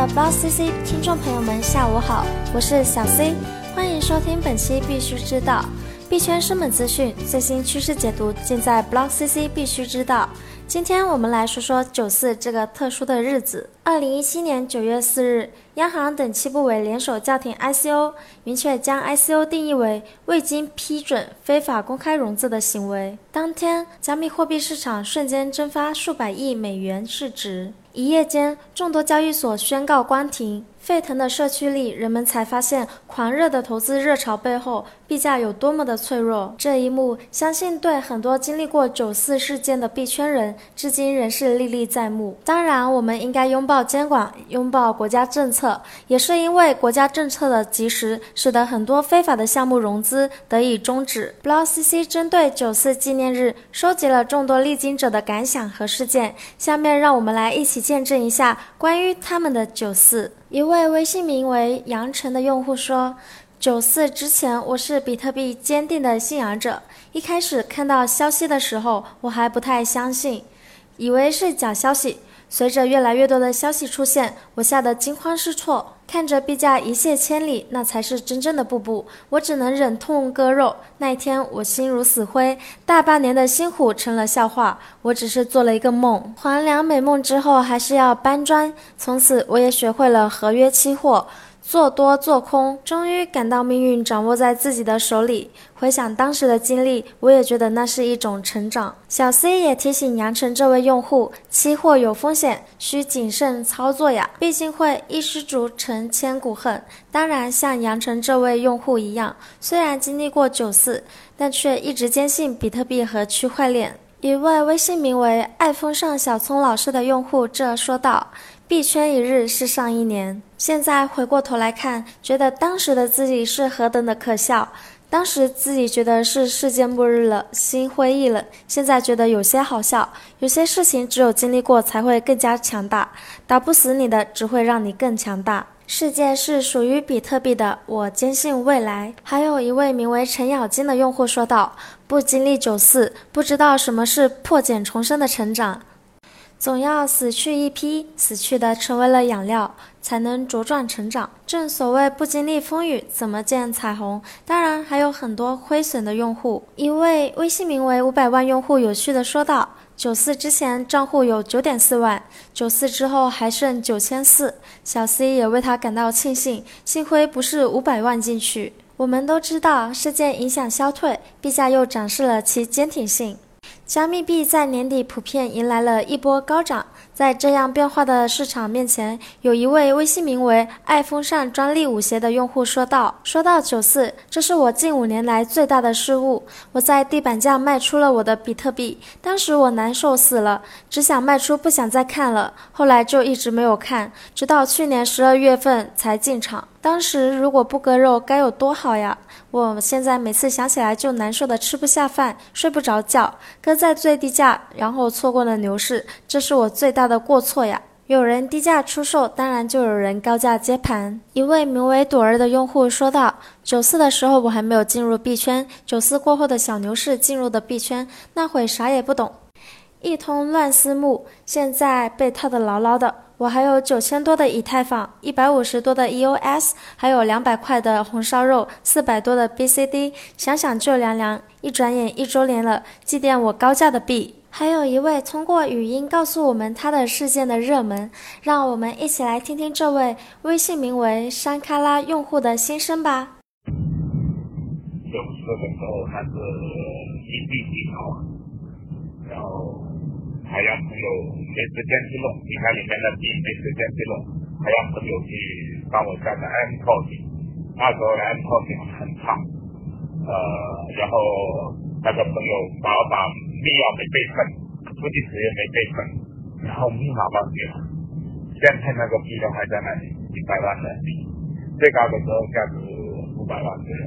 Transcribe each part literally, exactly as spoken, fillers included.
的 B O S S C C 听众朋友们下午好，我是小 C， 欢迎收听本期必须知道币圈生猛资讯，最新趋势解读尽在 B O S S C C 必须知道。今天我们来说说九四这个特殊的日子。二零一七年九月四日，央行等七部委联手叫停 I C O， 明确将 I C O 定义为未经批准非法公开融资的行为。当天，加密货币市场瞬间蒸发数百亿美元市值。一夜间，众多交易所宣告关停。沸腾的社区里，人们才发现狂热的投资热潮背后，币价有多么的脆弱。这一幕，相信对很多经历过九四事件的币圈人，至今仍是历历在目。当然，我们应该拥抱监管，拥抱国家政策，也是因为国家政策的及时，使得很多非法的项目融资得以终止。B O S S C C 针对九四纪念日，收集了众多历经者的感想和事件，下面让我们来一起见证一下关于他们的九四。一位微信名为杨晨的用户说，九四之前我是比特币坚定的信仰者，一开始看到消息的时候我还不太相信，以为是假消息，随着越来越多的消息出现，我吓得惊慌失措，看着币价一泻千里，那才是真正的步步，我只能忍痛割肉。那一天我心如死灰，大半年的辛苦成了笑话，我只是做了一个梦。还良美梦之后还是要搬砖，从此我也学会了合约期货，做多做空，终于感到命运掌握在自己的手里。回想当时的经历，我也觉得那是一种成长。小 C 也提醒杨晨这位用户，期货有风险，需谨慎操作呀，毕竟会一失足成千古恨。当然，像杨晨这位用户一样，虽然经历过九四，但却一直坚信比特币和区块链。一位微信名为爱风尚小聪老师的用户这说道，币圈一日是上一年。现在回过头来看，觉得当时的自己是何等的可笑。当时自己觉得是世界末日了，心灰意冷，现在觉得有些好笑。有些事情只有经历过才会更加强大，打不死你的只会让你更强大。世界是属于比特币的，我坚信未来。还有一位名为陈咬金的用户说道，不经历九四，不知道什么是破茧重生的成长。总要死去一批，死去的成为了养料，才能茁壮成长。正所谓不经历风雨，怎么见彩虹？当然还有很多亏损的用户。一位微信名为五百万用户有趣的说道，九四之前账户有 九点四万，九四之后还剩九千四，小 C 也为他感到庆幸，幸亏不是五百万进去。我们都知道事件影响消退，币价又展示了其坚挺性。加密币在年底普遍迎来了一波高涨，在这样变化的市场面前，有一位微信名为爱风尚专利舞鞋的用户说道，说到九四，这是我近五年来最大的失误，我在地板价卖出了我的比特币，当时我难受死了，只想卖出不想再看了，后来就一直没有看，直到去年十二月份才进场。当时如果不割肉该有多好呀，我现在每次想起来就难受的吃不下饭，睡不着觉，割在最低价，然后错过了牛市，这是我最大的过错呀。有人低价出售，当然就有人高价接盘。一位名为朵儿的用户说道，九四的时候我还没有进入币圈，九四过后的小牛市进入的币圈，那会啥也不懂，一通乱私募，现在被套得牢牢的。我还有九千多的以太坊，一百五十多的 E O S， 还有两百块的红烧肉，四百多的 B C D， 想想就凉凉，一转眼一周年了，祭奠我高价的币。还有一位通过语音告诉我们他的事件的热门，让我们一起来听听这位微信名为山卡拉用户的心声吧。 九四的时候他是一币几毛，然后还让朋友没时间去弄，你看里面的币没时间去弄，还让朋友去帮我下载 M C O D， 那时候的 M C O D 很差，呃，然后那个朋友把我把密钥没备份，数据池也没备份，然后密码忘记了，现在那个币都还在那里，一百万的币，最高的时候价值五百万左右，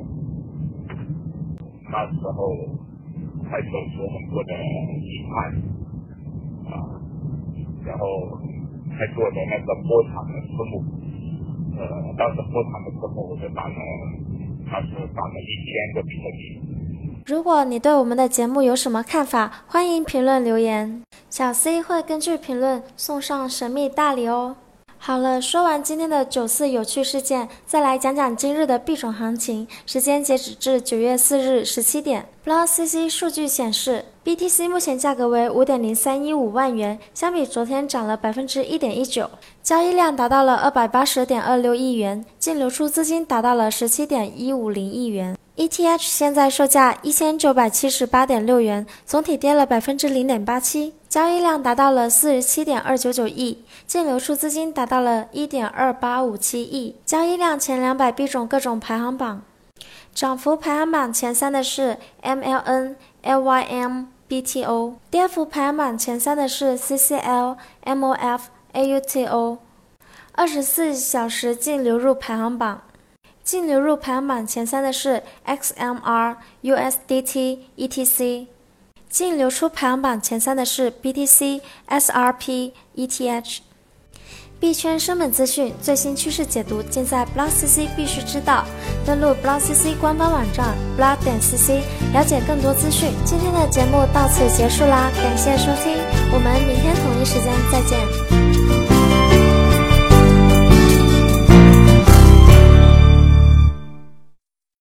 那时候还走出很多的遗憾。啊，然后还做的那个波场的私募，呃，当时波场的私募我就打了，当时打了一千个比特币。 如果你对我们的节目有什么看法，欢迎评论留言，小 C 会根据评论送上神秘大礼哦。 好了，说完今天的九四有趣事件，再来讲讲今日的币种行情。时间截止至九月四日十七点。Block C C 数据显示 ，B T C 目前价格为五点零三一五万元，相比昨天涨了百分之一点一九，交易量达到了二百八十点二六亿元，净流出资金达到了十七点一五零亿元。E T H 现在售价一千九百七十八点六元，总体跌了百分之零点八七，交易量达到了四十七点二九九亿，净流出资金达到了一点二八五七亿。交易量前两百币种各种排行榜，涨幅排行榜前三的是 M L N、L Y M、B T O， 跌幅排行榜前三的是 C C L、M O F、A U T O。二十四小时净流入排行榜。净流入排行榜前三的是 X M R、U S D T、E T C， 净流出排行榜前三的是 B T C、S R P、E T H。币圈生本资讯、最新趋势解读尽在 Block C C 必须知道。登录 Block C C 官方网站 block 点 C C， 了解更多资讯。今天的节目到此结束啦，感谢收听，我们明天同一时间再见。